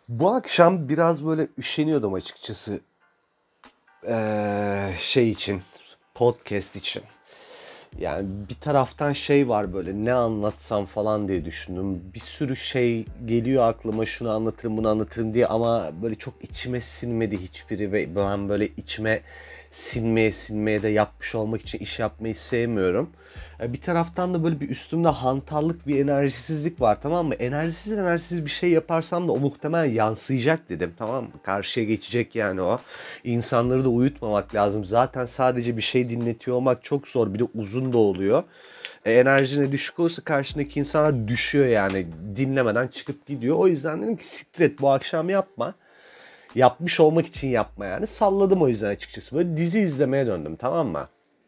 Bu akşam biraz böyle üşeniyordum açıkçası. Şey için, podcast için. Yani bir taraftan şey var böyle ne anlatsam falan diye düşündüm. Bir sürü şey geliyor aklıma şunu anlatırım bunu anlatırım diye ama böyle çok içime sinmedi hiçbiri ve ben böyle içime sinmeye de yapmış olmak için iş yapmayı sevmiyorum. Bir taraftan da böyle bir üstümde hantallık bir enerjisizlik var, tamam mı? Enerjisiz bir şey yaparsam da o muhtemelen yansıyacak dedim, tamam mı? Karşıya geçecek yani o. İnsanları da uyutmamak lazım. Zaten sadece bir şey dinletiyor olmak çok zor. Bir de uzun da oluyor. Enerjine düşük olursa karşındaki insanlar düşüyor yani. Dinlemeden çıkıp gidiyor. O yüzden dedim ki siktir et bu akşam yapma. Yapmış olmak için yapma yani. Salladım o yüzden açıkçası. Böyle dizi izlemeye döndüm, tamam mı?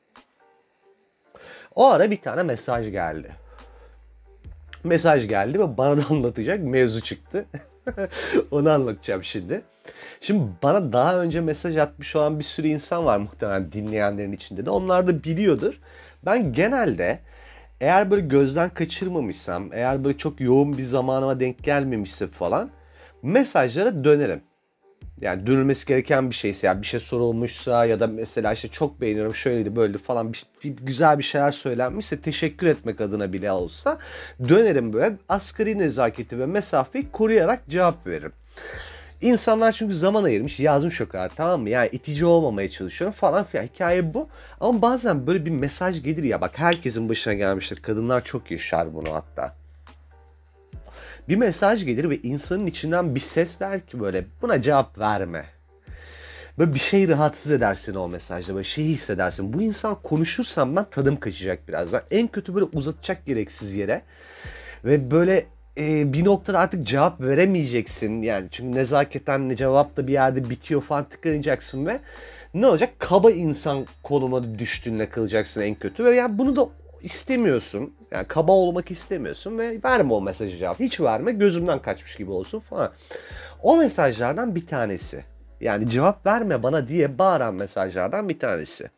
O ara bir tane mesaj geldi. Mesaj geldi ve bana da anlatacak mevzu çıktı. Onu anlatacağım şimdi. Şimdi bana daha önce mesaj atmış olan bir sürü insan var muhtemelen dinleyenlerin içinde de. Onlar da biliyordur. Ben genelde eğer böyle gözden kaçırmamışsam, eğer böyle çok yoğun bir zamanıma denk gelmemişse falan mesajlara dönerim. Yani dönülmesi gereken bir şeyse, yani bir şey sorulmuşsa ya da mesela işte çok beğeniyorum şöyleydi böyleydi falan güzel bir şeyler söylenmişse teşekkür etmek adına bile olsa dönerim böyle asgari nezaketi ve mesafeyi koruyarak cevap veririm. İnsanlar çünkü zaman ayırmış yazmış o kadar, tamam mı? Yani itici olmamaya çalışıyorum falan filan, hikaye bu. Ama bazen böyle bir mesaj gelir ya, bak herkesin başına gelmiştir, kadınlar çok yaşar bunu hatta. Bir mesaj gelir ve insanın içinden bir ses der ki böyle buna cevap verme. Böyle bir şey rahatsız edersin o mesajda, böyle şeyi hissedersin. Bu insan konuşursam ben tadım kaçacak birazdan. En kötü böyle uzatacak gereksiz yere. Ve böyle bir noktada artık cevap veremeyeceksin. Yani çünkü nezaketen ne cevap da bir yerde bitiyor falan, tıkanacaksın ve ne olacak? Kaba insan konuma düştüğünde kalacaksın en kötü. Ve yani bunu da istemiyorsun. Yani kaba olmak istemiyorsun ve verme o mesajı cevap. Hiç verme, gözümden kaçmış gibi olsun falan. O mesajlardan bir tanesi. Yani cevap verme bana diye bağıran mesajlardan bir tanesi.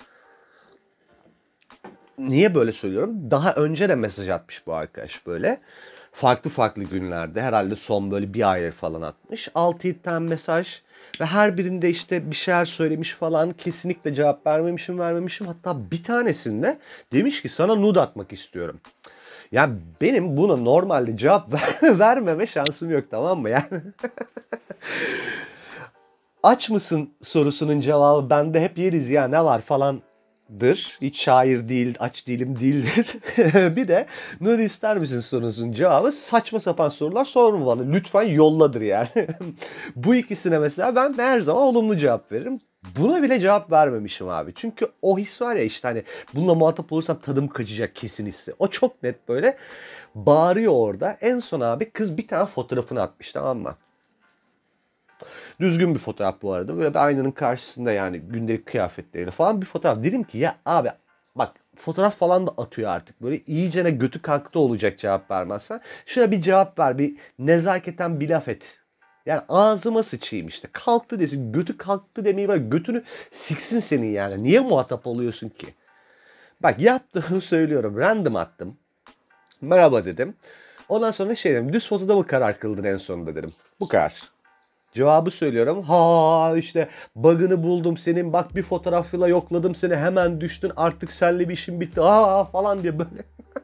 Niye böyle söylüyorum? Daha önce de mesaj atmış bu arkadaş böyle. Farklı farklı günlerde, herhalde son böyle bir ay falan atmış. 6-7 tane mesaj ve her birinde işte bir şeyler söylemiş falan. Kesinlikle cevap vermemişim. Hatta bir tanesinde demiş ki sana nude atmak istiyorum. Ya benim buna normalde cevap vermeme şansım yok, tamam mı? Yani aç mısın sorusunun cevabı bende hep yeriz ya ne var falandır. Hiç şair değil, aç değilim değildir. Bir de nude ister misin sorusunun cevabı saçma sapan sorular sorma bana. Lütfen yolladır yani. Bu ikisine mesela ben her zaman olumlu cevap veririm. Buna bile cevap vermemişim abi. Çünkü o his var ya, işte hani bununla muhatap olursam tadım kaçacak kesin hissi. O çok net böyle bağırıyor orada. En son abi kız bir tane fotoğrafını atmış, tamam mı? Düzgün bir fotoğraf bu arada. Böyle bir aynanın karşısında, yani gündelik kıyafetleriyle falan bir fotoğraf. Dedim ki ya abi bak, fotoğraf falan da atıyor artık. Böyle iyicene götü kalktı olacak cevap vermezsen. Şuna bir cevap ver, bir nezaketen bir laf et. Yani ağzıma sıçayım işte. Kalktı desin, götü kalktı demeyi var. Götünü siksin senin yani. Niye muhatap oluyorsun ki? Bak yaptığımı söylüyorum. Random attım. Merhaba dedim. Ondan sonra şey dedim. Düz fotoda mı karar kıldın en sonunda dedim. Bu kadar. Cevabı söylüyorum. Ha işte bug'ını buldum senin. Bak bir fotoğrafla yokladım seni. Hemen düştün. Artık seninle bir işim bitti. Aa falan diye böyle.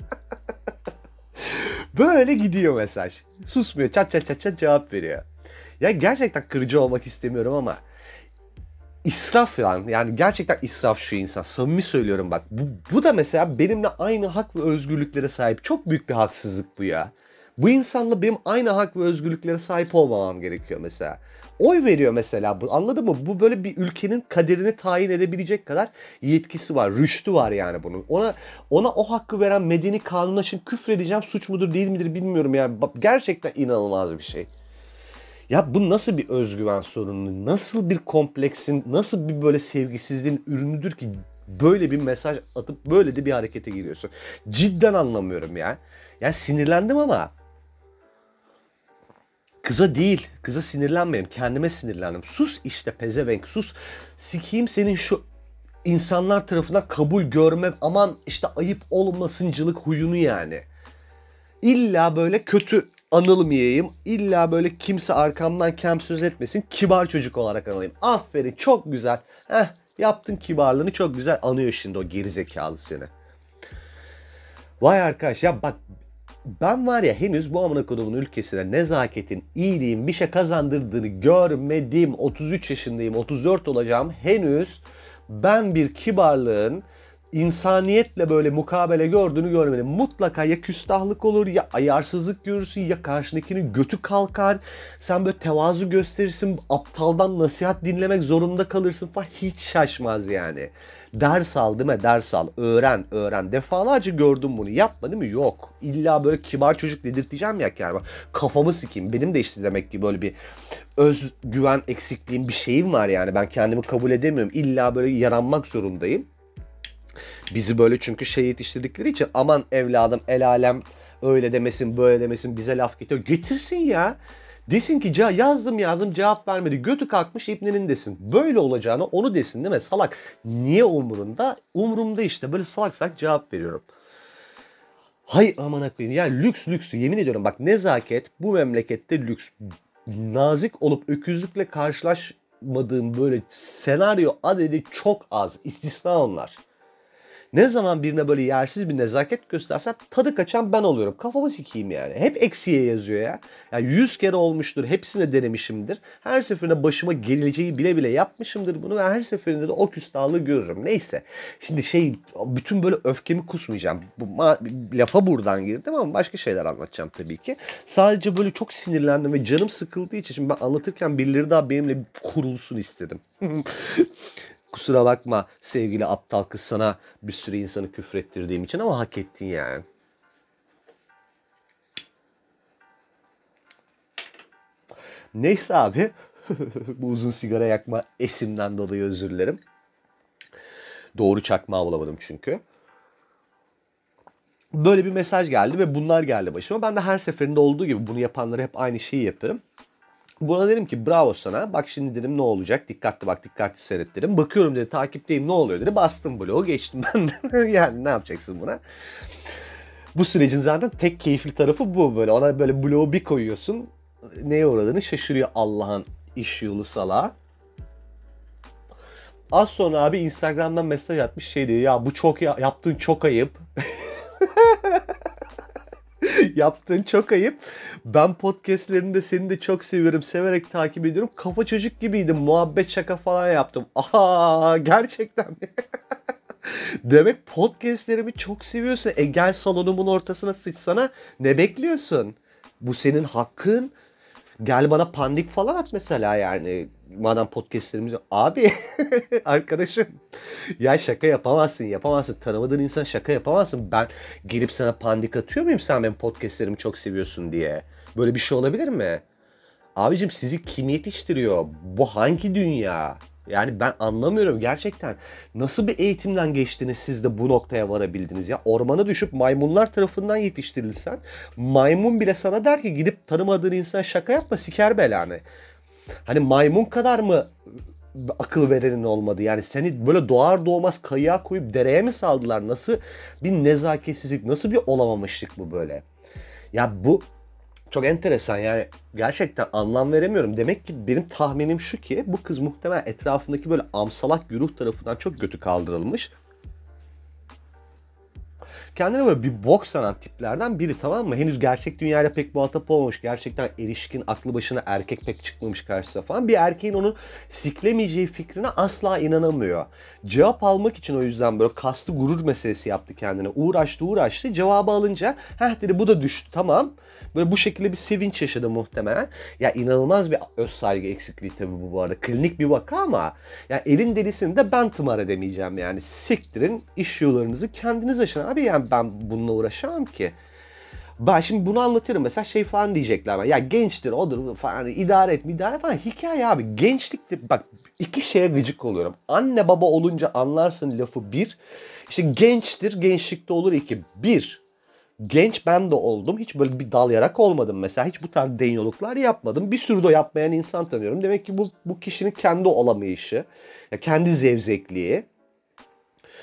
Böyle gidiyor mesaj. Susmuyor. Çat çat çat çat cevap veriyor. Ya gerçekten kırıcı olmak istemiyorum ama israf falan. Yani gerçekten israf şu insan. Samimi söylüyorum bak. Bu da mesela benimle aynı hak ve özgürlüklere sahip. Çok büyük bir haksızlık bu ya. Bu insanla benim aynı hak ve özgürlüklere sahip olmamam gerekiyor mesela. Oy veriyor mesela. Anladın mı? Bu böyle bir ülkenin kaderini tayin edebilecek kadar yetkisi var. Rüştü var yani bunun. Ona o hakkı veren medeni kanuna şimdi küfredeceğim. Suç mudur değil midir bilmiyorum yani. Gerçekten inanılmaz bir şey. Ya bu nasıl bir özgüven sorunu, nasıl bir kompleksin, nasıl bir böyle sevgisizliğin ürünüdür ki böyle bir mesaj atıp böyle de bir harekete giriyorsun. Cidden anlamıyorum ya. Ya sinirlendim ama kıza değil, kıza sinirlenmedim, kendime sinirlendim. Sus işte pezevenk, sus. Sikeyim senin şu insanlar tarafından kabul görme, aman işte ayıp olmasıncılık huyunu yani. İlla böyle kötü anılmayayım. İlla böyle kimse arkamdan kem söz etmesin. Kibar çocuk olarak anılayım. Aferin, çok güzel. Yaptın kibarlığını, çok güzel anıyor şimdi o gerizekalı seni. Vay arkadaş ya bak, ben var ya henüz bu amına kodumun ülkesine nezaketin, iyiliğin bir şey kazandırdığını görmedim. 33 yaşındayım, 34 olacağım. Henüz ben bir kibarlığın insaniyetle böyle mukabele gördüğünü görmedim. Mutlaka ya küstahlık olur, ya ayarsızlık görürsün, ya karşındakinin götü kalkar. Sen böyle tevazu gösterirsin, aptaldan nasihat dinlemek zorunda kalırsın falan, hiç şaşmaz yani. Ders al değil mi? Ders al. Öğren, öğren. Defalarca gördüm bunu. Yapma değil mi? Yok. İlla böyle kibar çocuk dedirteceğim ya yani. Kafamı sikeyim. Benim de işte demek ki böyle bir özgüven eksikliğim, bir şeyim var yani. Ben kendimi kabul edemiyorum. İlla böyle yaranmak zorundayım. Bizi böyle çünkü yetiştirdikleri için aman evladım el alem öyle demesin böyle demesin, bize laf getiriyor. Getirsin ya. Desin ki yazdım cevap vermedi. Götü kalkmış ibnenin desin. Böyle olacağını onu desin değil mi? Salak. Niye umurunda? Umurumda işte. Böyle salak cevap veriyorum. Hay amına koyayım. Yani lüks. Yemin ediyorum bak, nezaket bu memlekette lüks. Nazik olup öküzlükle karşılaşmadığım böyle senaryo adedi çok az. İstisna onlar. Ne zaman birine böyle yersiz bir nezaket göstersen tadı kaçan ben oluyorum. Kafamı sikeyim yani. Hep eksiye yazıyor ya. Yani 100 kere olmuştur. Hepsine denemişimdir. Her seferinde başıma geleceği bile bile yapmışımdır bunu ve her seferinde de o küstahlığı görürüm. Neyse. Şimdi bütün böyle öfkemi kusmayacağım. Lafa buradan girdim ama başka şeyler anlatacağım tabii ki. Sadece böyle çok sinirlendim ve canım sıkıldığı için şimdi ben anlatırken birileri daha benimle kurulsun istedim. Kusura bakma sevgili aptal kız, sana bir sürü insanı küfrettirdiğim için ama hak ettin yani. Neyse abi. Bu uzun sigara yakma esimden dolayı özür dilerim. Doğru çakmağı bulamadım çünkü. Böyle bir mesaj geldi ve bunlar geldi başıma. Ben de her seferinde olduğu gibi bunu yapanlara hep aynı şeyi yaparım. Buna dedim ki bravo sana. Bak şimdi dedim ne olacak? Dikkatli bak, dikkatli seyret dedim. Bakıyorum dedi, takipteyim, ne oluyor dedi. Bastım bloğu, geçtim ben de. Yani ne yapacaksın buna? Bu sürecin zaten tek keyifli tarafı bu böyle. Ona böyle bloğu bir koyuyorsun. Neye uğradığını şaşırıyor Allah'ın iş yolu salağı. Az sonra abi Instagram'dan mesaj atmış, şey diyor ya bu çok yaptığın çok ayıp. Yaptığın çok ayıp. Ben podcastlerini de seni de çok seviyorum. Severek takip ediyorum. Kafa çocuk gibiydim. Muhabbet şaka falan yaptım. Aha, gerçekten mi? Demek podcastlerimi çok seviyorsun. Gel salonumun ortasına sıçsana. Ne bekliyorsun? Bu senin hakkın. Gel bana pandik falan at mesela yani. Madem podcastlerimiz... Abi arkadaşım, ya şaka yapamazsın. Tanımadığın insan şaka yapamazsın. Ben gelip sana pandik atıyor muyum sen benim podcastlerimi çok seviyorsun diye? Böyle bir şey olabilir mi? Abicim sizi kim yetiştiriyor? Bu hangi dünya? Yani ben anlamıyorum gerçekten. Nasıl bir eğitimden geçtiniz siz de bu noktaya varabildiniz ya? Ormana düşüp maymunlar tarafından yetiştirilsen, maymun bile sana der ki gidip tanımadığın insan şaka yapma, siker belanı. Hani maymun kadar mı akıl verenin olmadı? Yani seni böyle doğar doğmaz kayığa koyup dereye mi saldılar? Nasıl bir nezaketsizlik, nasıl bir olamamışlık bu böyle? Ya bu çok enteresan yani, gerçekten anlam veremiyorum. Demek ki benim tahminim şu ki bu kız muhtemelen etrafındaki böyle amsalak güruh tarafından çok götü kaldırılmış. Kendine böyle bir bok sanan tiplerden biri, tamam mı? Henüz gerçek dünyayla pek muhatap olmamış. Gerçekten erişkin, aklı başına erkek pek çıkmamış karşısına falan. Bir erkeğin onu siklemeyeceği fikrine asla inanamıyor. Cevap almak için o yüzden böyle kastı gurur meselesi yaptı kendine. Uğraştı. Cevabı alınca dedi bu da düştü, tamam. Böyle bu şekilde bir sevinç yaşadı muhtemelen. Ya inanılmaz bir öz saygı eksikliği tabii bu arada. Klinik bir vaka ama ya elin delisini de ben tımar edemeyeceğim yani. Siktirin iş yollarınızı kendiniz aşın abi, yani ben bununla uğraşamam ki. Ben şimdi bunu anlatıyorum mesela şey falan diyecekler bana. Ya gençtir odur falan, idare falan. Hikaye abi, gençlikte bak iki şeye gıcık oluyorum. Anne baba olunca anlarsın lafı bir. İşte gençtir, gençlikte olur iki. Bir, genç ben de oldum. Hiç böyle bir dal yarak olmadım mesela. Hiç bu tarz denyoluklar yapmadım. Bir sürü de yapmayan insan tanıyorum. Demek ki bu kişinin kendi olamayışı, ya kendi zevzekliği.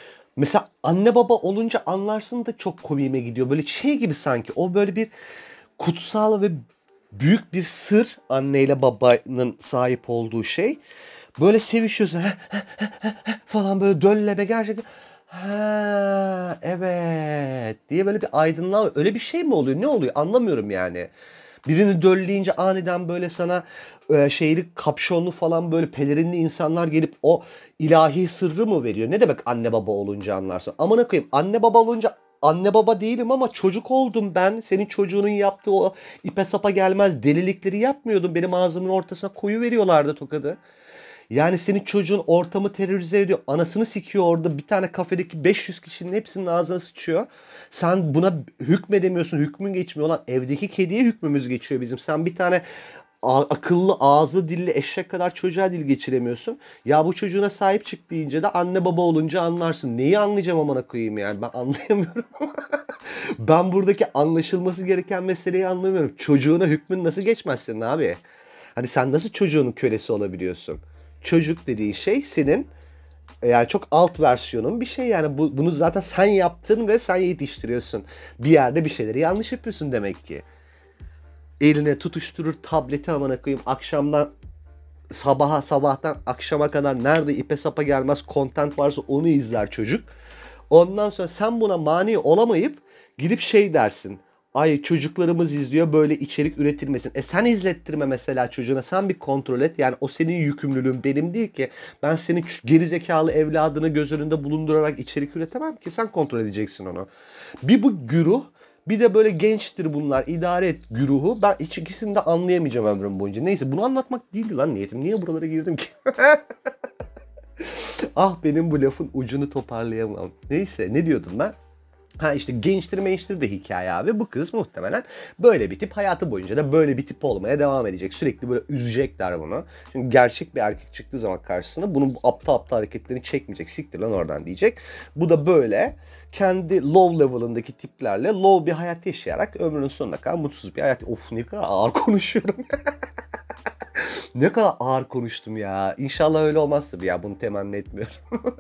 Mesela anne baba olunca anlarsın da çok komiğime gidiyor. Böyle şey gibi sanki o böyle bir kutsal ve büyük bir sır anneyle babanın sahip olduğu şey. Böyle sevişiyorsun falan böyle dölleme gerçekten. Ha evet diye böyle bir aydınlanma. Öyle bir şey mi oluyor? Ne oluyor? Anlamıyorum yani. Birini dölleyince aniden böyle sana şeyli kapşonlu falan böyle pelerinli insanlar gelip o ilahi sırrı mı veriyor? Ne demek anne baba olunca anlarsın? Amına koyayım, anne baba olunca anne baba değilim ama çocuk oldum ben. Senin çocuğunun yaptığı o ipe sapa gelmez delilikleri yapmıyordum. Benim ağzımın ortasına koyu veriyorlardı tokadı. Yani senin çocuğun ortamı terörize ediyor. Anasını sikiyor orada. Bir tane kafedeki 500 kişinin hepsinin ağzına sıçıyor. Sen buna hükmedemiyorsun. Hükmün geçmiyor. Lan evdeki kediye hükmümüz geçiyor bizim. Sen bir tane akıllı ağzı dilli eşek kadar çocuğa dil geçiremiyorsun. Ya bu çocuğuna sahip çık deyince de anne baba olunca anlarsın. Neyi anlayacağım amına koyayım yani, ben anlayamıyorum. Ben buradaki anlaşılması gereken meseleyi anlamıyorum. Çocuğuna hükmün nasıl geçmez senin abi? Hani sen nasıl çocuğunun kölesi olabiliyorsun? Çocuk dediği şey senin yani çok alt versiyonun bir şey yani bunu zaten sen yaptın ve sen yetiştiriyorsun. Bir yerde bir şeyleri yanlış yapıyorsun demek ki. Eline tutuşturur tableti amına koyayım, akşamdan sabahtan akşama kadar nerede ipe sapa gelmez content varsa onu izler çocuk. Ondan sonra sen buna mani olamayıp gidip şey dersin. Ay çocuklarımız izliyor, böyle içerik üretilmesin. Sen izlettirme mesela çocuğuna, sen bir kontrol et. Yani o senin yükümlülüğün, benim değil ki. Ben senin gerizekalı evladını göz önünde bulundurarak içerik üretemem ki. Sen kontrol edeceksin onu. Bir bu güruh, bir de böyle gençtir bunlar, idare et güruhu. Ben hiç ikisini de anlayamayacağım ömrüm boyunca. Neyse, bunu anlatmak değildi lan niyetim. Niye buralara girdim ki? Ah, benim bu lafın ucunu toparlayamam. Neyse, ne diyordum ben? Ha işte gençtir mençtir de hikaye abi. Bu kız muhtemelen böyle bir tip, hayatı boyunca da böyle bir tip olmaya devam edecek. Sürekli böyle üzecekler bunu. Çünkü gerçek bir erkek çıktığı zaman karşısına bunun bu aptal aptal hareketlerini çekmeyecek. Siktir lan oradan diyecek. Bu da böyle kendi low level'ındaki tiplerle low bir hayat yaşayarak ömrünün sonuna kadar mutsuz bir hayat. Of, ne kadar ağır konuşuyorum. Ne kadar ağır konuştum ya. İnşallah öyle olmaz tabii ya. Bunu temenni etmiyorum.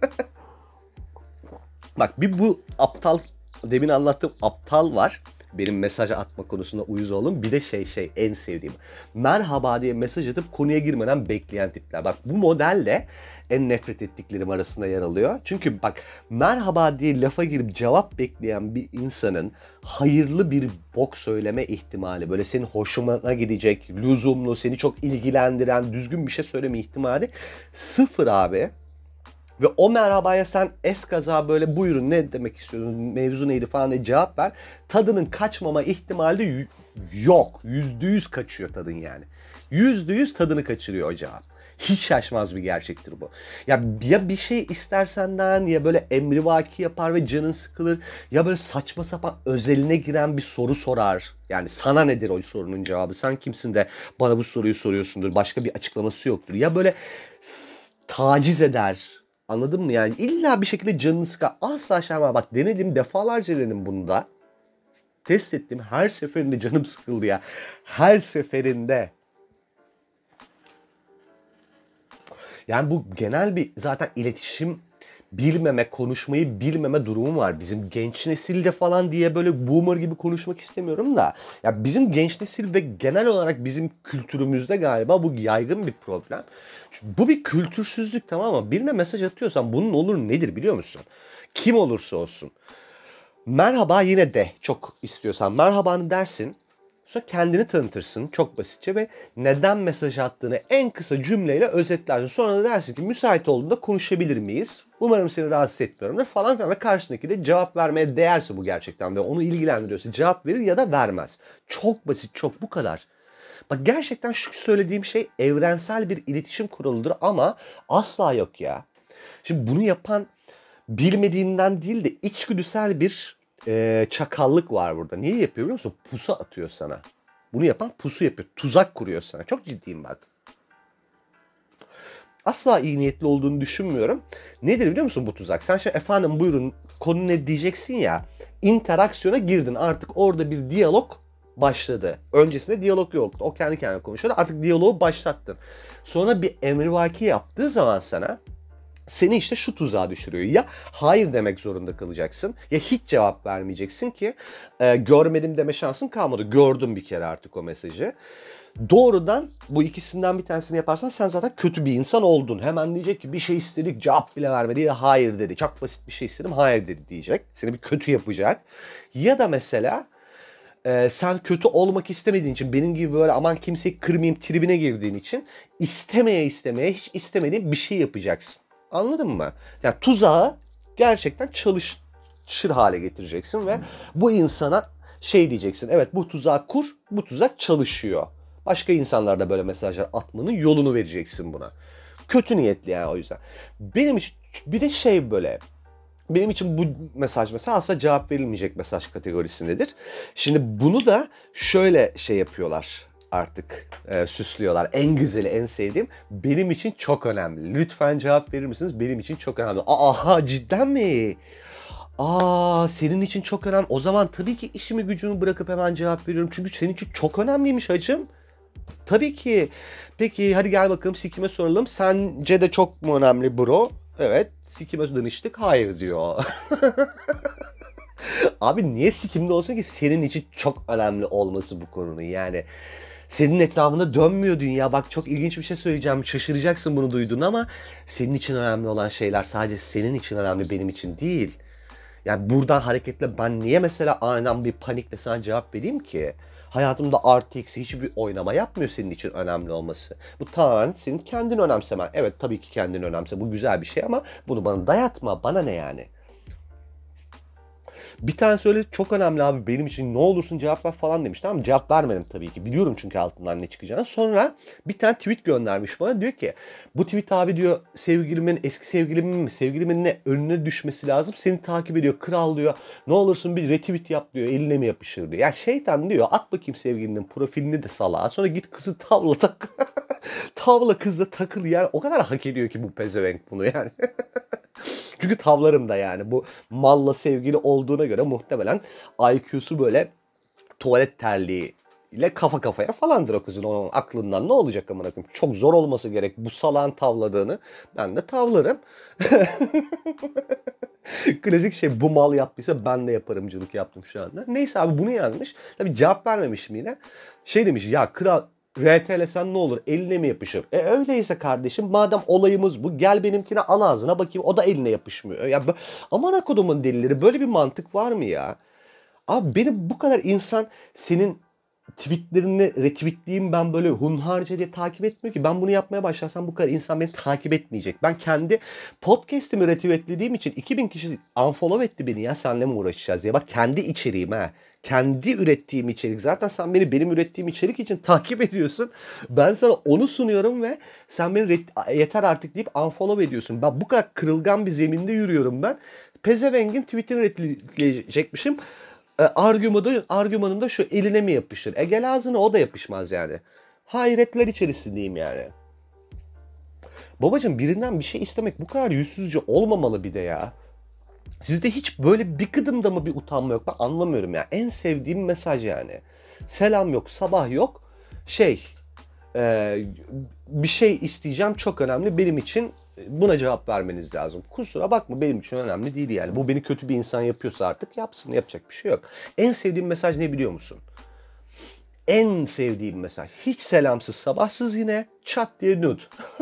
Bak, bir bu aptal, demin anlattığım aptal var. Benim mesaj atma konusunda uyuz oğlum. Bir de şey en sevdiğim. Merhaba diye mesaj atıp konuya girmeden bekleyen tipler. Bak, bu modelle en nefret ettiklerim arasında yer alıyor. Çünkü bak, merhaba diye lafa girip cevap bekleyen bir insanın hayırlı bir bok söyleme ihtimali, böyle senin hoşuna gidecek, lüzumlu, seni çok ilgilendiren, düzgün bir şey söyleme ihtimali sıfır abi. Ve o merhabaya sen eskaza böyle buyurun ne demek istiyorsun, mevzu neydi falan diye cevap ver. Tadının kaçmama ihtimali yok. %100 kaçıyor tadın yani. %100 tadını kaçırıyor o cevap. Hiç şaşmaz bir gerçektir bu. Ya bir şey ister senden, ya böyle emrivaki yapar ve canın sıkılır. Ya böyle saçma sapan özeline giren bir soru sorar. Yani sana nedir o sorunun cevabı? Sen kimsin de bana bu soruyu soruyorsundur. Başka bir açıklaması yoktur. Ya böyle taciz eder. Anladın mı yani? İlla bir şekilde canını sıkar. Asla şarma. Bak, denedim, defalarca denedim bunu da. Test ettim. Her seferinde canım sıkıldı ya. Her seferinde. Yani bu genel bir zaten iletişim bilmeme, konuşmayı bilmeme durumu var. Bizim genç nesilde falan diye böyle boomer gibi konuşmak istemiyorum da. Ya bizim genç nesil ve genel olarak bizim kültürümüzde galiba bu yaygın bir problem. Çünkü bu bir kültürsüzlük, tamam mı? Birine mesaj atıyorsan bunun olur nedir biliyor musun? Kim olursa olsun. Merhaba yine de, çok istiyorsan merhabanı dersin. Sonra kendini tanıtırsın çok basitçe ve neden mesaj attığını en kısa cümleyle özetlersin. Sonra da dersin ki müsait olduğunda konuşabilir miyiz? Umarım seni rahatsız etmiyorumdur falan filan, ve karşındaki de cevap vermeye değerse bu gerçekten ve onu ilgilendiriyorsa cevap verir ya da vermez. Çok basit, çok, bu kadar. Bak, gerçekten şu söylediğim şey evrensel bir iletişim kuralıdır ama asla yok ya. Şimdi bunu yapan bilmediğinden değil de içgüdüsel bir çakallık var burada. Niye yapıyor biliyor musun? Pusu atıyor sana. Bunu yapan pusu yapıyor. Tuzak kuruyor sana. Çok ciddiyim bak. Asla iyi niyetli olduğunu düşünmüyorum. Nedir biliyor musun bu tuzak? Sen şimdi efendim buyurun konu ne diyeceksin ya. İnteraksiyona girdin. Artık orada bir diyalog başladı. Öncesinde diyalog yoktu. O kendi kendine konuşuyordu. Artık diyaloğu başlattın. Sonra bir emrivaki yaptığı zaman sana seni işte şu tuzağa düşürüyor. Ya hayır demek zorunda kalacaksın ya hiç cevap vermeyeceksin ki görmedim deme şansın kalmadı. Gördüm bir kere artık o mesajı. Doğrudan bu ikisinden bir tanesini yaparsan sen zaten kötü bir insan oldun. Hemen diyecek ki bir şey istedik cevap bile vermedi ya hayır dedi. Çok basit bir şey istedim hayır dedi diyecek. Seni bir kötü yapacak. Ya da mesela sen kötü olmak istemediğin için benim gibi böyle aman kimseyi kırmayayım tribine girdiğin için istemeye hiç istemediğin bir şey yapacaksın. Anladın mı? Yani tuzağı gerçekten çalışır hale getireceksin ve bu insana şey diyeceksin. Evet bu tuzağı kur, bu tuzak çalışıyor. Başka insanlar da böyle mesajlar atmanın yolunu vereceksin buna. Kötü niyetli yani o yüzden. Benim için bir de şey böyle benim için bu mesaj mesela aslında cevap verilmeyecek mesaj kategorisindedir. Şimdi bunu da şöyle şey yapıyorlar artık süslüyorlar. En güzeli, en sevdiğim benim için çok önemli. Lütfen cevap verir misiniz? Benim için çok önemli. Aha cidden mi? Senin için çok önemli. O zaman tabii ki işimi gücümü bırakıp hemen cevap veriyorum. Çünkü senin için çok önemliymiş hacım. Tabii ki. Peki hadi gel bakalım Sikim'e soralım. Sence de çok mu önemli bro? Evet. Sikim'e danıştık. Hayır diyor. Abi niye Sikim'de olsun ki senin için çok önemli olması bu konunun yani. Senin etrafında dönmüyor dünya. Bak çok ilginç bir şey söyleyeceğim. Şaşıracaksın bunu duyduğun ama senin için önemli olan şeyler sadece senin için önemli, benim için değil. Yani buradan hareketle ben niye mesela aniden bir panikle sana cevap vereyim ki? Hayatımda artı eksi hiçbir oynama yapmıyor senin için önemli olması. Bu tamamen senin kendini önemsemen. Evet tabii ki kendini önemse. Bu güzel bir şey ama bunu bana dayatma. Bana ne yani? Bir tane söyle çok önemli abi benim için ne olursun cevap ver falan demiş. Tamam mı? Cevap vermedim tabii ki. Biliyorum çünkü altından ne çıkacağını. Sonra bir tane tweet göndermiş bana. Diyor ki bu tweet abi diyor sevgilimin eski sevgilimin mi sevgilimin ne önüne düşmesi lazım. Seni takip ediyor kral diyor. Ne olursun bir retweet yap diyor. Eline mi yapışır diyor. Ya şeytan diyor at bakayım sevgilinin profilini de salağa. Sonra git kızı tavla tak. Tavla kızla takıl yani. O kadar hak ediyor ki bu pezevenk bunu yani. Çünkü tavlarım da yani bu malla sevgili olduğuna göre muhtemelen IQ'su böyle tuvalet terliği ile kafa kafaya falandır o kızın. Onun aklından ne olacak amına koyayım? Çok zor olması gerek bu salağın tavladığını. Ben de tavlarım. Klasik şey bu mal yaptıysa ben de yaparımcılık yaptım şu anda. Neyse abi bunu yazmış. Tabii cevap vermemişim yine. Şey demiş ya kral RT'lesen ne olur eline mi yapışır? Öyleyse kardeşim madem olayımız bu gel benimkine al ağzına bakayım o da eline yapışmıyor. Ya aman akodumun delileri böyle bir mantık var mı ya? Abi benim bu kadar insan senin tweetlerini retweetleyeyim ben böyle hunharca diye takip etmiyor ki. Ben bunu yapmaya başlarsam bu kadar insan beni takip etmeyecek. Ben kendi podcast'imi retweetlediğim için 2000 kişi unfollow etti beni ya senle mi uğraşacağız diye. Bak kendi içeriğim ha. Kendi ürettiğim içerik. Zaten sen beni benim ürettiğim içerik için takip ediyorsun. Ben sana onu sunuyorum ve sen beni yeter artık deyip unfollow ediyorsun. Ben bu kadar kırılgan bir zeminde yürüyorum ben. Pezevengin tweetini retweetleyecekmişim. Argümanım da şu eline mi yapışır? Gel ağzına o da yapışmaz yani. Hayretler içerisindeyim yani. Babacım birinden bir şey istemek bu kadar yüzsüzce olmamalı bir de ya. Sizde hiç böyle bir gıdımda mı bir utanma yok? Ben anlamıyorum ya. En sevdiğim mesaj yani. Selam yok, sabah yok. Bir şey isteyeceğim çok önemli benim için buna cevap vermeniz lazım. Kusura bakma benim için önemli değil yani. Bu beni kötü bir insan yapıyorsa artık yapsın yapacak bir şey yok. En sevdiğim mesaj ne biliyor musun? En sevdiğim mesaj. Hiç selamsız sabahsız yine çat diye nude.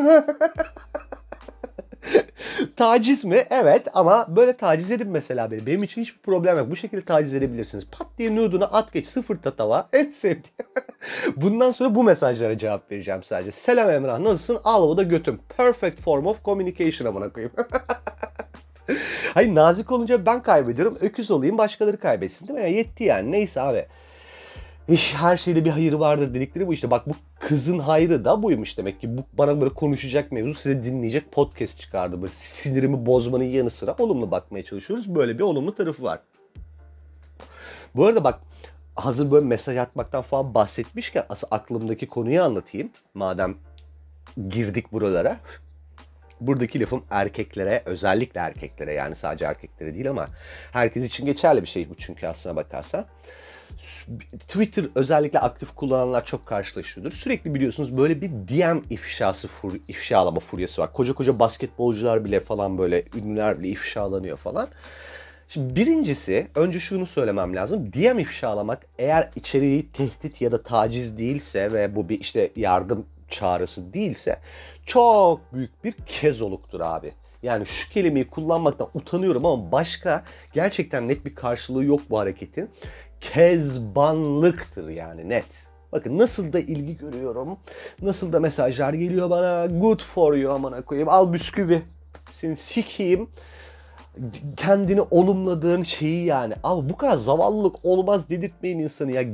Taciz mi? Evet ama böyle taciz edin mesela beni. Benim için hiçbir problem yok. Bu şekilde taciz edebilirsiniz. Pat diye nude'una at geç sıfır tatava. En sevdiğim. Bundan sonra bu mesajlara cevap vereceğim sadece. Selam Emrah nasılsın? Al bu da götüm. Perfect form of communication amına koyayım. Hayır nazik olunca ben kaybediyorum. Öküz olayım başkaları kaybetsin değil mi? Ya yetti yani. Neyse abi. Her şeyde bir hayır vardır dedikleri bu işte. Bak bu kızın hayrı da buymuş demek ki. Bu bana böyle konuşacak mevzu size dinleyecek podcast çıkardı. Böyle sinirimi bozmanın yanı sıra olumlu bakmaya çalışıyoruz. Böyle bir olumlu tarafı var. Bu arada bak hazır böyle mesaj atmaktan falan bahsetmişken asıl aklımdaki konuyu anlatayım. Madem girdik buralara. Buradaki lafım erkeklere, özellikle erkeklere yani sadece erkeklere değil ama herkes için geçerli bir şey bu çünkü aslına bakarsan. Twitter özellikle aktif kullananlar çok karşılaşıyordur. Sürekli biliyorsunuz böyle bir DM ifşalama furyası var. Koca koca basketbolcular bile falan böyle ünlüler bile ifşalanıyor falan. Şimdi birincisi önce şunu söylemem lazım. DM ifşalamak eğer içeriği tehdit ya da taciz değilse ve bu bir işte yardım çağrısı değilse çok büyük bir kezoluktur abi. Yani şu kelimeyi kullanmaktan utanıyorum ama başka gerçekten net bir karşılığı yok bu hareketin. Kezbanlıktır yani net. Bakın nasıl da ilgi görüyorum. Nasıl da mesajlar geliyor bana. Good for you amına koyayım. Al bisküvi. Seni sikeyim. Kendini olumladığın şeyi yani. Abi bu kadar zavallılık olmaz dedirtmeyin insanı ya.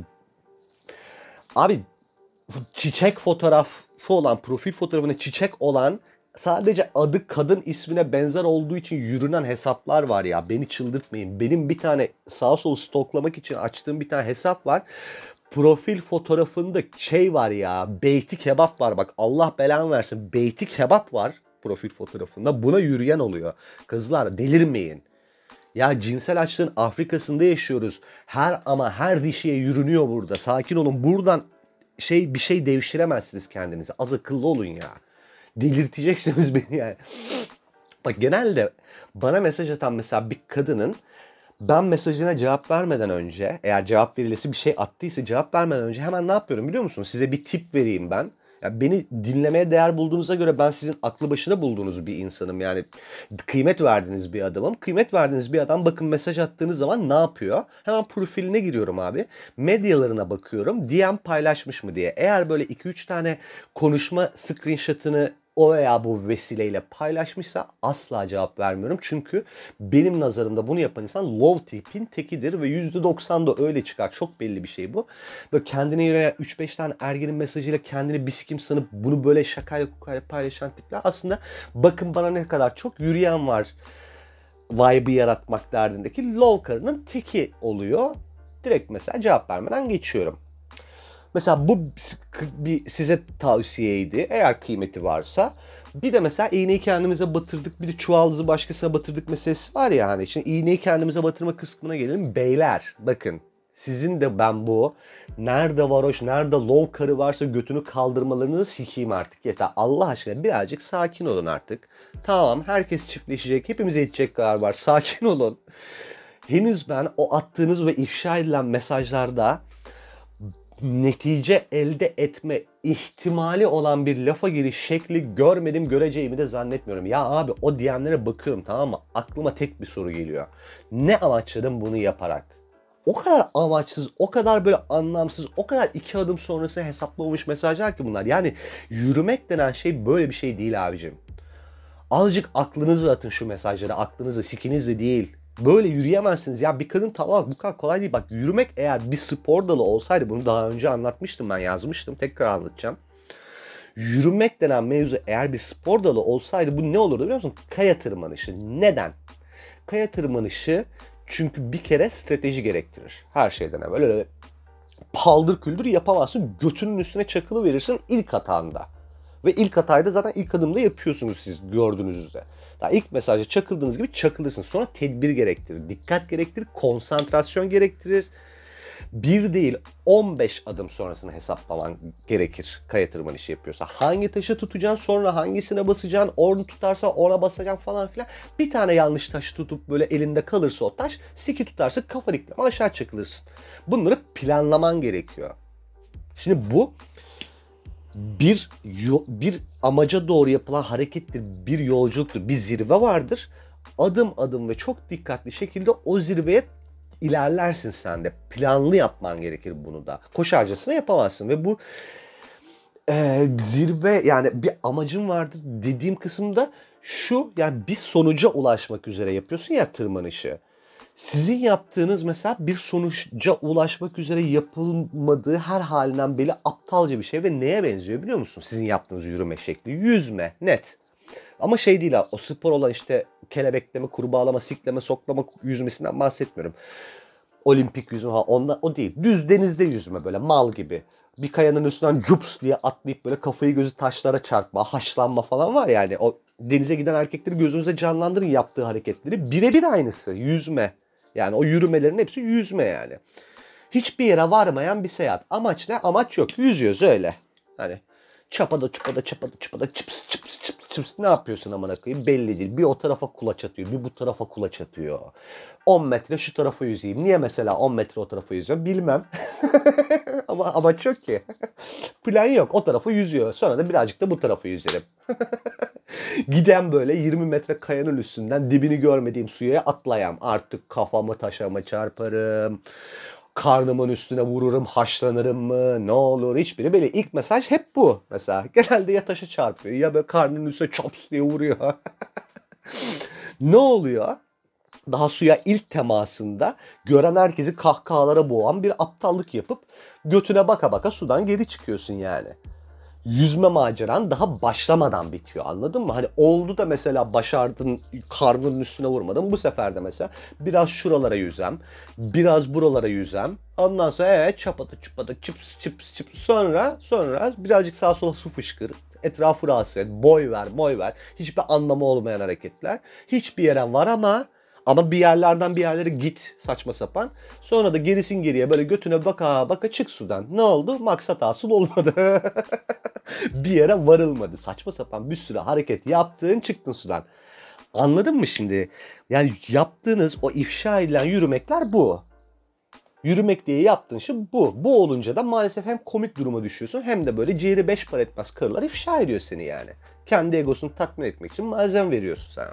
Abi çiçek fotoğrafı olan, profil fotoğrafına çiçek olan sadece adı kadın ismine benzer olduğu için yürünen hesaplar var ya. Beni çıldırtmayın. Benim bir tane sağa solu stoklamak için açtığım bir tane hesap var. Profil fotoğrafında şey var ya. Beyti kebap var bak. Allah belanı versin. Beyti kebap var profil fotoğrafında. Buna yürüyen oluyor. Kızlar delirmeyin. Ya cinsel açlığın Afrika'sında yaşıyoruz. Her dişiye yürünüyor burada. Sakin olun. Buradan bir şey devşiremezsiniz kendinize. Az akıllı olun ya. Delirteceksiniz beni yani. Bak genelde bana mesaj atan mesela bir kadının ben mesajına cevap vermeden önce eğer cevap verilesi bir şey attıysa cevap vermeden önce hemen ne yapıyorum biliyor musun? Size bir tip vereyim ben. Ya beni dinlemeye değer bulduğunuza göre ben sizin aklı başına bulduğunuz bir insanım. Yani kıymet verdiğiniz bir adamım. Kıymet verdiğiniz bir adam bakın mesaj attığınız zaman ne yapıyor? Hemen profiline giriyorum abi. Medyalarına bakıyorum. DM paylaşmış mı diye. Eğer böyle 2-3 tane konuşma screenshot'ını o veya bu vesileyle paylaşmışsa asla cevap vermiyorum. Çünkü benim nazarımda bunu yapan insan low tipin tekidir ve %90 da öyle çıkar. Çok belli bir şey bu. Böyle kendine göre 3-5 tane ergenin mesajıyla kendini bisikim sanıp bunu böyle şakayla kukayla paylaşan tipler aslında bakın bana ne kadar çok yürüyen var vibe'ı yaratmak derdindeki low karının teki oluyor. Direkt mesela cevap vermeden geçiyorum. Mesela bu bir size tavsiyeydi eğer kıymeti varsa. Bir de mesela iğneyi kendimize batırdık bir de çuvaldızı başkasına batırdık meselesi var ya hani. Şimdi iğneyi kendimize batırma kısmına gelelim. Beyler bakın sizin de ben bu nerede varoş nerede low karı varsa götünü kaldırmalarını sikeyim artık yeter. Allah aşkına birazcık sakin olun artık. Tamam herkes çiftleşecek hepimize yetecek kadar var sakin olun. Henüz ben o attığınız ve ifşa edilen mesajlarda netice elde etme ihtimali olan bir lafa giriş şekli görmedim göreceğimi de zannetmiyorum. Ya abi o DM'lere bakıyorum tamam mı? Aklıma tek bir soru geliyor. Ne amaçladım bunu yaparak? O kadar amaçsız, o kadar böyle anlamsız, o kadar 2 adım sonrası hesaplamamış mesajlar ki bunlar. Yani yürümek denen şey böyle bir şey değil abicim. Azıcık aklınızla atın şu mesajları, aklınızla, sikinizle değil. Böyle yürüyemezsiniz. Ya bir kadın tamam bu kadar kolay değil. Bak yürümek eğer bir spor dalı olsaydı bunu daha önce anlatmıştım ben yazmıştım. Tekrar anlatacağım. Yürümek denen mevzu eğer bir spor dalı olsaydı bu ne olurdu biliyor musun? Kaya tırmanışı. Neden? Kaya tırmanışı çünkü bir kere strateji gerektirir. Her şeyden evvel öyle paldır küldür yapamazsın. Götünün üstüne çakılı verirsin ilk hatanda. Ve ilk hatayı da zaten ilk adımda yapıyorsunuz siz gördüğünüz üzere. Daha ilk mesajda çakıldığınız gibi çakılırsınız. Sonra tedbir gerektirir, dikkat gerektirir, konsantrasyon gerektirir. Bir değil 15 adım sonrasını hesaplaman gerekir kaya tırmanışı yapıyorsa. Hangi taşı tutacaksın sonra hangisine basacaksın onu tutarsa ona basacaksın falan filan. Bir tane yanlış taş tutup böyle elinde kalırsa o taş siki tutarsa kafa dikleme aşağı çakılırsın. Bunları planlaman gerekiyor. Şimdi bu bir amaca doğru yapılan harekettir, bir yolculuktur, bir zirve vardır. Adım adım ve çok dikkatli şekilde o zirveye ilerlersin sen de. Planlı yapman gerekir bunu da. Koşarcasına yapamazsın ve bu zirve yani bir amacın vardır dediğim kısımda şu yani bir sonuca ulaşmak üzere yapıyorsun ya tırmanışı. Sizin yaptığınız mesela bir sonuca ulaşmak üzere yapılmadığı her halinden belli aptalca bir şey ve neye benziyor biliyor musun? Sizin yaptığınız yürüme şekli. Yüzme, net. Ama şey değil ha, o spor olan işte kelebekleme, kurbağalama, sikleme, soklama yüzmesinden bahsetmiyorum. Olimpik yüzme ondan o değil. Düz denizde yüzme böyle mal gibi. Bir kayanın üstünden cups diye atlayıp böyle kafayı gözü taşlara çarpma, haşlanma falan var yani. O denize giden erkekleri gözünüze canlandırın yaptığı hareketleri. Birebir aynısı yüzme. Yani o yürümelerin hepsi yüzme yani. Hiçbir yere varmayan bir seyahat. Amaç ne? Amaç yok. Yüzüyoruz öyle. Hani çapada çıps çıps çıps çıps ne yapıyorsun amına koyayım belli değil. Bir o tarafa kulaç atıyor, bir bu tarafa kulaç atıyor. 10 metre şu tarafa yüzeyim. Niye mesela 10 metre o tarafa yüzüyorum bilmem. Ama amaç yok ki. Plan yok. O tarafa yüzüyor. Sonra da birazcık da bu tarafa yüzerim. Giden böyle 20 metre kayanın üstünden dibini görmediğim suya atlayam. Artık kafamı taşa mı çarparım? Karnımın üstüne vururum, haşlanırım mı? Ne olur? Hiçbiri böyle. İlk mesaj hep bu mesela. Genelde ya taşa çarpıyor ya böyle karnının üstüne çops diye vuruyor. Ne oluyor? Daha suya ilk temasında gören herkesi kahkahalara boğan bir aptallık yapıp götüne baka baka sudan geri çıkıyorsun yani. Yüzme maceran daha başlamadan bitiyor, anladın mı? Hani oldu da mesela başardın, karnının üstüne vurmadın. Bu sefer de mesela biraz şuralara yüzem, biraz buralara yüzem. Ondan sonra çapada çıps çıps çıps sonra birazcık sağa sola su fışkır. Etrafı rahatsız et, boy ver. Hiçbir anlamı olmayan hareketler. Hiçbir yere var ama bir yerlerden bir yerlere git saçma sapan. Sonra da gerisin geriye böyle götüne baka baka çık sudan. Ne oldu? Maksat hasıl olmadı. Bir yere varılmadı. Saçma sapan bir sürü hareket yaptın çıktın sudan. Anladın mı şimdi? Yani yaptığınız o ifşa edilen yürümekler bu. Yürümek diye yaptığın şey bu. Bu olunca da maalesef hem komik duruma düşüyorsun hem de böyle ciğeri beş para etmez karılar ifşa ediyor seni yani. Kendi egosunu tatmin etmek için malzeme veriyorsun sen.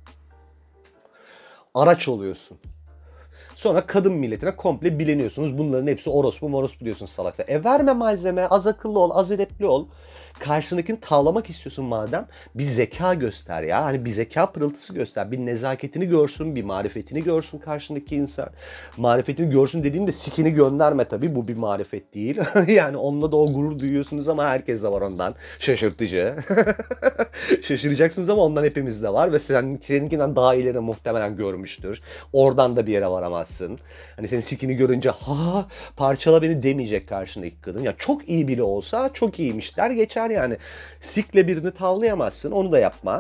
Araç oluyorsun. Sonra kadın milletine komple bileniyorsunuz. Bunların hepsi orospu morospu diyorsun salaksa. Verme malzeme, az akıllı ol, az edepli ol. Karşındakini tavlamak istiyorsun madem. Bir zeka göster ya. Hani bir zeka pırıltısı göster. Bir nezaketini görsün, bir marifetini görsün karşındaki insan. Marifetini görsün dediğimde sikini gönderme tabii. Bu bir marifet değil. Yani onunla da o gurur duyuyorsunuz ama herkes de var ondan. Şaşırtıcı. Şaşıracaksınız ama ondan hepimizde var ve seninkinden daha iyilerini muhtemelen görmüştür. Oradan da bir yere varamazsın. Hani senin sikini görünce ha parçala beni demeyecek karşındaki kadın. Ya çok iyi biri olsa çok iyiymiş der geçer yani. Sikle birini tavlayamazsın, onu da yapma.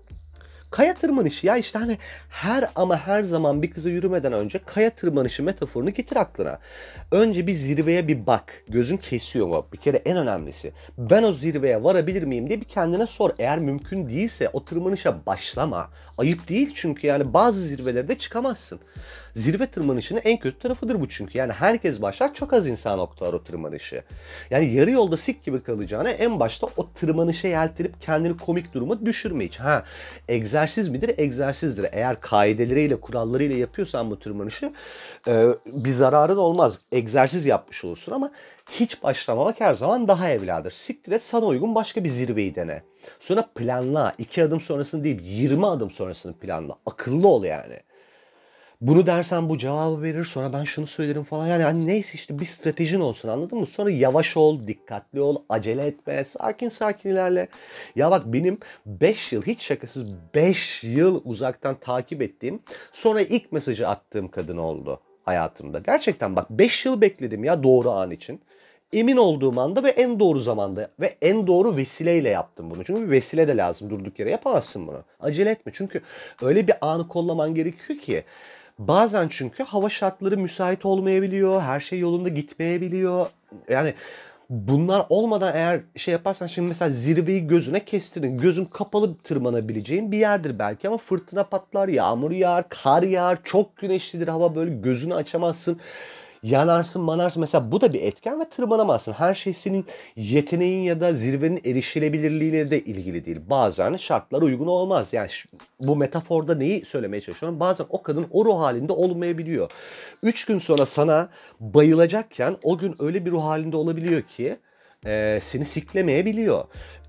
Kaya tırmanışı ya işte hani her zaman bir kıza yürümeden önce kaya tırmanışı metaforunu getir aklına. Önce bir zirveye bir bak. Gözün kesiyor mu? Bir kere en önemlisi. Ben o zirveye varabilir miyim diye bir kendine sor. Eğer mümkün değilse o tırmanışa başlama. Ayıp değil çünkü yani bazı zirvelerde çıkamazsın. Zirve tırmanışının en kötü tarafıdır bu çünkü. Yani herkes başlar, çok az insan noktalar o tırmanışı. Yani yarı yolda sik gibi kalacağına en başta o tırmanışa yeltenip kendini komik duruma düşürme hiç. Egzersiz midir? Egzersizdir. Eğer kaideleriyle, kurallarıyla yapıyorsan bu tırmanışı bir zararın olmaz. Egzersiz yapmış olursun ama hiç başlamamak her zaman daha evladır. Siktir et, sana uygun başka bir zirveyi dene. Sonra planla. 2 adım sonrasını değil 20 adım sonrasını planla. Akıllı ol yani. Bunu dersen bu cevabı verir, sonra ben şunu söylerim falan. Yani hani neyse işte bir stratejin olsun, anladın mı? Sonra yavaş ol, dikkatli ol, acele etme, sakin sakin ilerle. Ya bak benim 5 yıl, hiç şakasız 5 yıl uzaktan takip ettiğim, sonra ilk mesajı attığım kadın oldu hayatımda. Gerçekten bak 5 yıl bekledim ya doğru an için. Emin olduğum anda ve en doğru zamanda ve en doğru vesileyle yaptım bunu. Çünkü bir vesile de lazım, durduk yere yapamazsın bunu. Acele etme çünkü öyle bir anı kollaman gerekiyor ki. Bazen çünkü hava şartları müsait olmayabiliyor, her şey yolunda gitmeyebiliyor. Yani bunlar olmadan eğer şey yaparsan, şimdi mesela zirveyi gözüne kestirdin. Gözün kapalı tırmanabileceğin bir yerdir belki ama fırtına patlar, yağmur yağar, kar yağar, çok güneşlidir hava, böyle gözünü açamazsın. Yanarsın manarsın mesela, bu da bir etken ve tırmanamazsın. Her şey senin yeteneğin ya da zirvenin erişilebilirliğiyle de ilgili değil. Bazen şartlar uygun olmaz. Yani bu metaforda neyi söylemeye çalışıyorum? Bazen o kadın o ruh halinde olmayabiliyor. 3 gün sonra sana bayılacakken o gün öyle bir ruh halinde olabiliyor ki seni siklemeyebiliyor.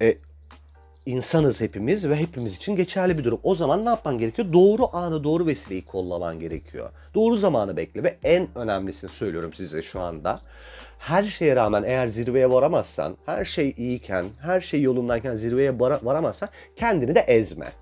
İnsanız hepimiz ve hepimiz için geçerli bir durum. O zaman ne yapman gerekiyor? Doğru anı, doğru vesileyi kollaman gerekiyor. Doğru zamanı bekle ve en önemlisini söylüyorum size şu anda. Her şeye rağmen eğer zirveye varamazsan, her şey iyiyken, her şey yolundayken zirveye varamazsan kendini de ezme.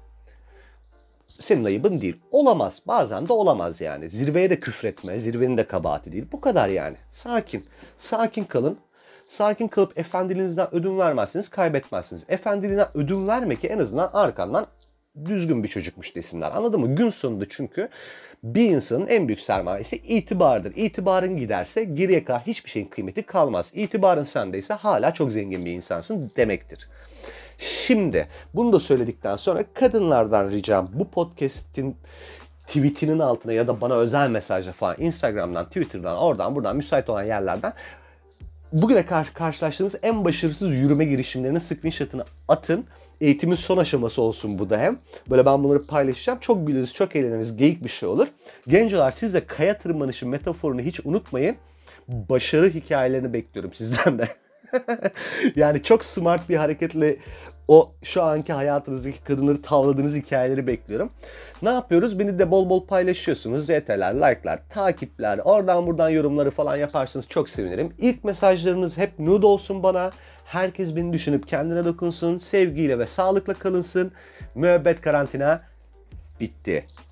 Senin ayıbın değil. Olamaz. Bazen de olamaz yani. Zirveye de küfretme. Zirvenin de kabahati değil. Bu kadar yani. Sakin. Sakin kalın. Sakin kalıp efendiliğinizden ödün vermezseniz kaybetmezsiniz. Efendiliğinden ödün verme ki en azından arkandan düzgün bir çocukmuş desinler. Anladın mı? Gün sonunda çünkü bir insanın en büyük sermayesi itibardır. İtibarın giderse geriye kalan hiçbir şeyin kıymeti kalmaz. İtibarın sendeyse hala çok zengin bir insansın demektir. Şimdi bunu da söyledikten sonra kadınlardan ricam bu podcast'in tweetinin altına ya da bana özel mesajla falan Instagram'dan, Twitter'dan, oradan buradan müsait olan yerlerden bugüne karşılaştığınız en başarısız yürüme girişimlerinin screenshot'ını atın. Eğitimin son aşaması olsun bu da hem. Böyle ben bunları paylaşacağım. Çok güleriz, çok eğleniriz, geyik bir şey olur. Gencolar siz de kaya tırmanışı metaforunu hiç unutmayın. Başarı hikayelerini bekliyorum sizden de. Yani çok smart bir hareketle o şu anki hayatınızdaki kadınları tavladığınız hikayeleri bekliyorum. Ne yapıyoruz? Beni de bol bol paylaşıyorsunuz. RT'ler, like'lar, takipler, oradan buradan yorumları falan yaparsanız çok sevinirim. İlk mesajlarınız hep nude olsun bana. Herkes beni düşünüp kendine dokunsun. Sevgiyle ve sağlıkla kalınsın. Müebbet karantina bitti.